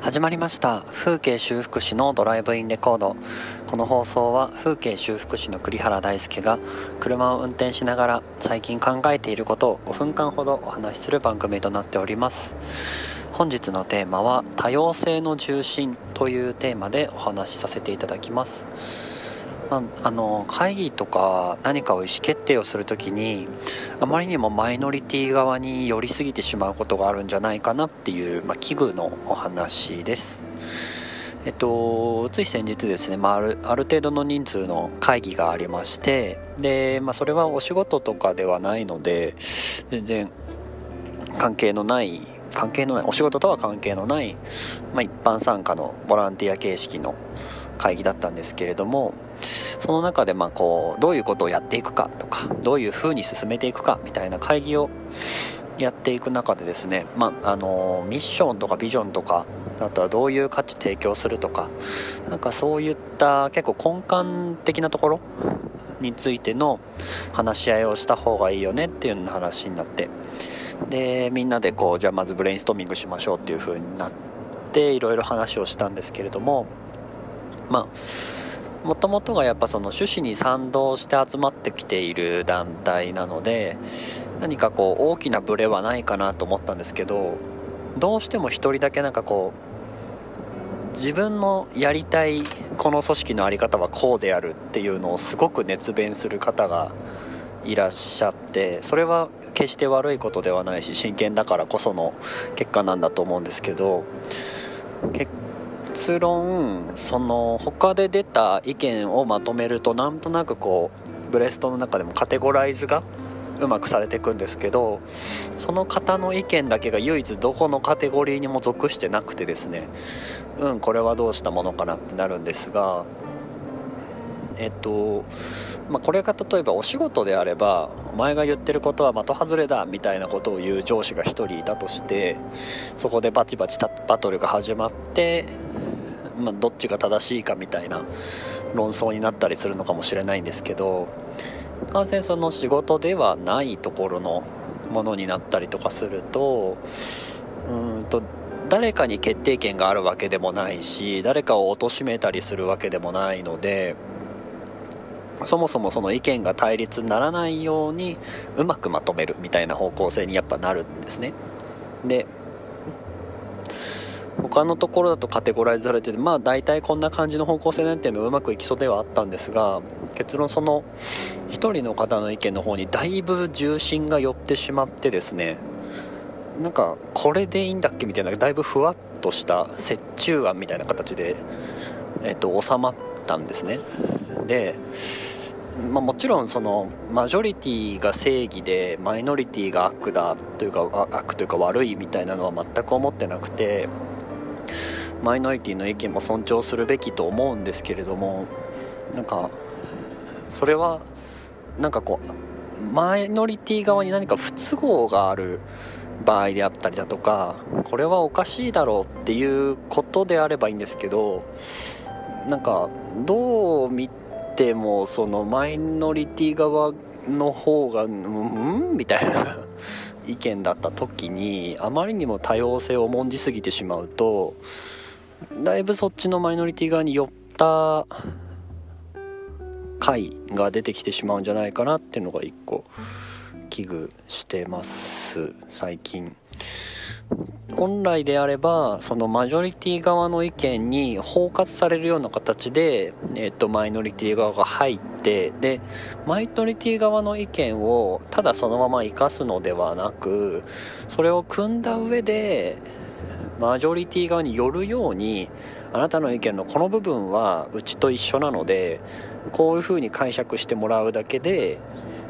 始まりました。風景修復師のドライブインレコード。この放送は風景修復師の栗原大輔が車を運転しながら最近考えていることを5分間ほどお話しする番組となっております。本日のテーマは多様性の重心というテーマでお話しさせていただきます。会議とか何かを意思決定をするときにあまりにもマイノリティ側に寄りすぎてしまうことがあるんじゃないかなっていう、危惧のお話です。つい先日ですね、ある程度の人数の会議がありまして、で、それはお仕事とかではないので全然関係のないお仕事とは関係のない、一般参加のボランティア形式の会議だったんですけれども、その中でどういうことをやっていくかとかどういうふうに進めていくかみたいな会議をやっていく中でですね、ミッションとかビジョンとか、あとはどういう価値提供するとか、そういった結構根幹的なところについての話し合いをした方がいいよねっていうような話になって、でみんなでじゃあまずブレインストーミングしましょうっていう風になっていろいろ話をしたんですけれども、もともとがやっぱその趣旨に賛同して集まってきている団体なので、何か大きなブレはないかなと思ったんですけど、どうしても一人だけ自分のやりたいこの組織の在り方はこうであるっていうのをすごく熱弁する方がいらっしゃって、それは決して悪いことではないし真剣だからこその結果なんだと思うんですけど、結論その他で出た意見をまとめるとなんとなくブレストの中でもカテゴライズがうまくされていくんですけど、その方の意見だけが唯一どこのカテゴリーにも属してなくてですね、これはどうしたものかなってなるんですが、これが例えばお仕事であればお前が言ってることは的外れだみたいなことを言う上司が一人いたとして、そこでバチバチバトルが始まって、どっちが正しいかみたいな論争になったりするのかもしれないんですけど、完全その仕事ではないところのものになったりとかすると、誰かに決定権があるわけでもないし、誰かを貶めたりするわけでもないので、そもそもその意見が対立にならないようにうまくまとめるみたいな方向性にやっぱなるんですね。で他のところだとカテゴライズされてて、大体こんな感じの方向性なんていうのはうまくいきそうではあったんですが、結論その一人の方の意見の方にだいぶ重心が寄ってしまってですね、これでいいんだっけみたいな、だいぶふわっとした折衷案みたいな形で、収まったんですね。でもちろんそのマジョリティが正義でマイノリティが悪というか悪いみたいなのは全く思ってなくて、マイノリティの意見も尊重するべきと思うんですけれども、それはマイノリティ側に何か不都合がある場合であったりだとか、これはおかしいだろうっていうことであればいいんですけど、どう見てもそのマイノリティ側の方がみたいな意見だった時に、あまりにも多様性を重んじすぎてしまうと、だいぶそっちのマイノリティ側に寄った回が出てきてしまうんじゃないかなっていうのが一個危惧してます最近。本来であればそのマジョリティ側の意見に包括されるような形で、マイノリティ側が入って、でマイノリティ側の意見をただそのまま生かすのではなく、それを組んだ上でマジョリティ側によるように、あなたの意見のこの部分はうちと一緒なのでこういうふうに解釈してもらうだけで、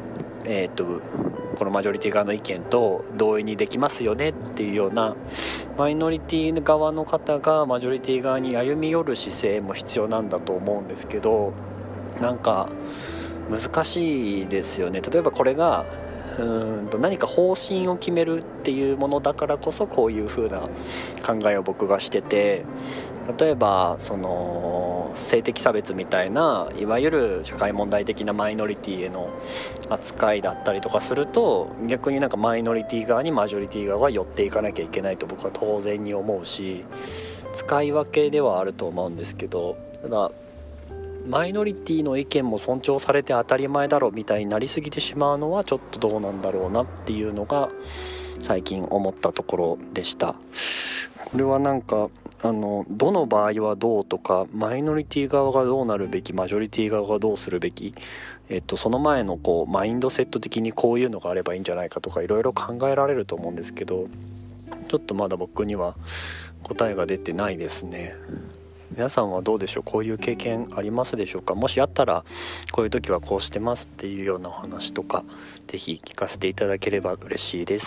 このマジョリティ側の意見と同意にできますよねっていうような、マイノリティ側の方がマジョリティ側に歩み寄る姿勢も必要なんだと思うんですけど、難しいですよね。例えばこれが何か方針を決めるっていうものだからこそこういう風な考えを僕がしてて、例えばその性的差別みたいないわゆる社会問題的なマイノリティへの扱いだったりとかすると、逆にマイノリティ側にマジョリティ側が寄っていかなきゃいけないと僕は当然に思うし、 使い分けではあると思うんですけど、ただマイノリティの意見も尊重されて当たり前だろみたいになりすぎてしまうのはちょっとどうなんだろうなっていうのが最近思ったところでした。これはなんかどの場合はどうとか、マイノリティ側がどうなるべき、マジョリティ側がどうするべき、その前のマインドセット的にこういうのがあればいいんじゃないかとかいろいろ考えられると思うんですけど、ちょっとまだ僕には答えが出てないですね。皆さんはどうでしょう。こういう経験ありますでしょうか。もしあったらこういう時はこうしてますっていうようなお話とかぜひ聞かせていただければ嬉しいです。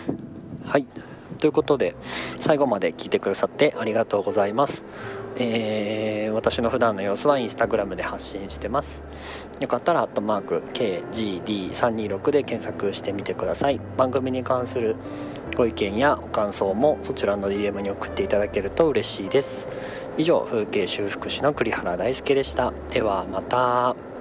はい、ということで最後まで聞いてくださってありがとうございます。私の普段の様子はインスタグラムで発信してます。よかったら@KGD326 で検索してみてください。番組に関するご意見やお感想もそちらの DM に送っていただけると嬉しいです。以上、風景修復師の栗原大輔でした。ではまた。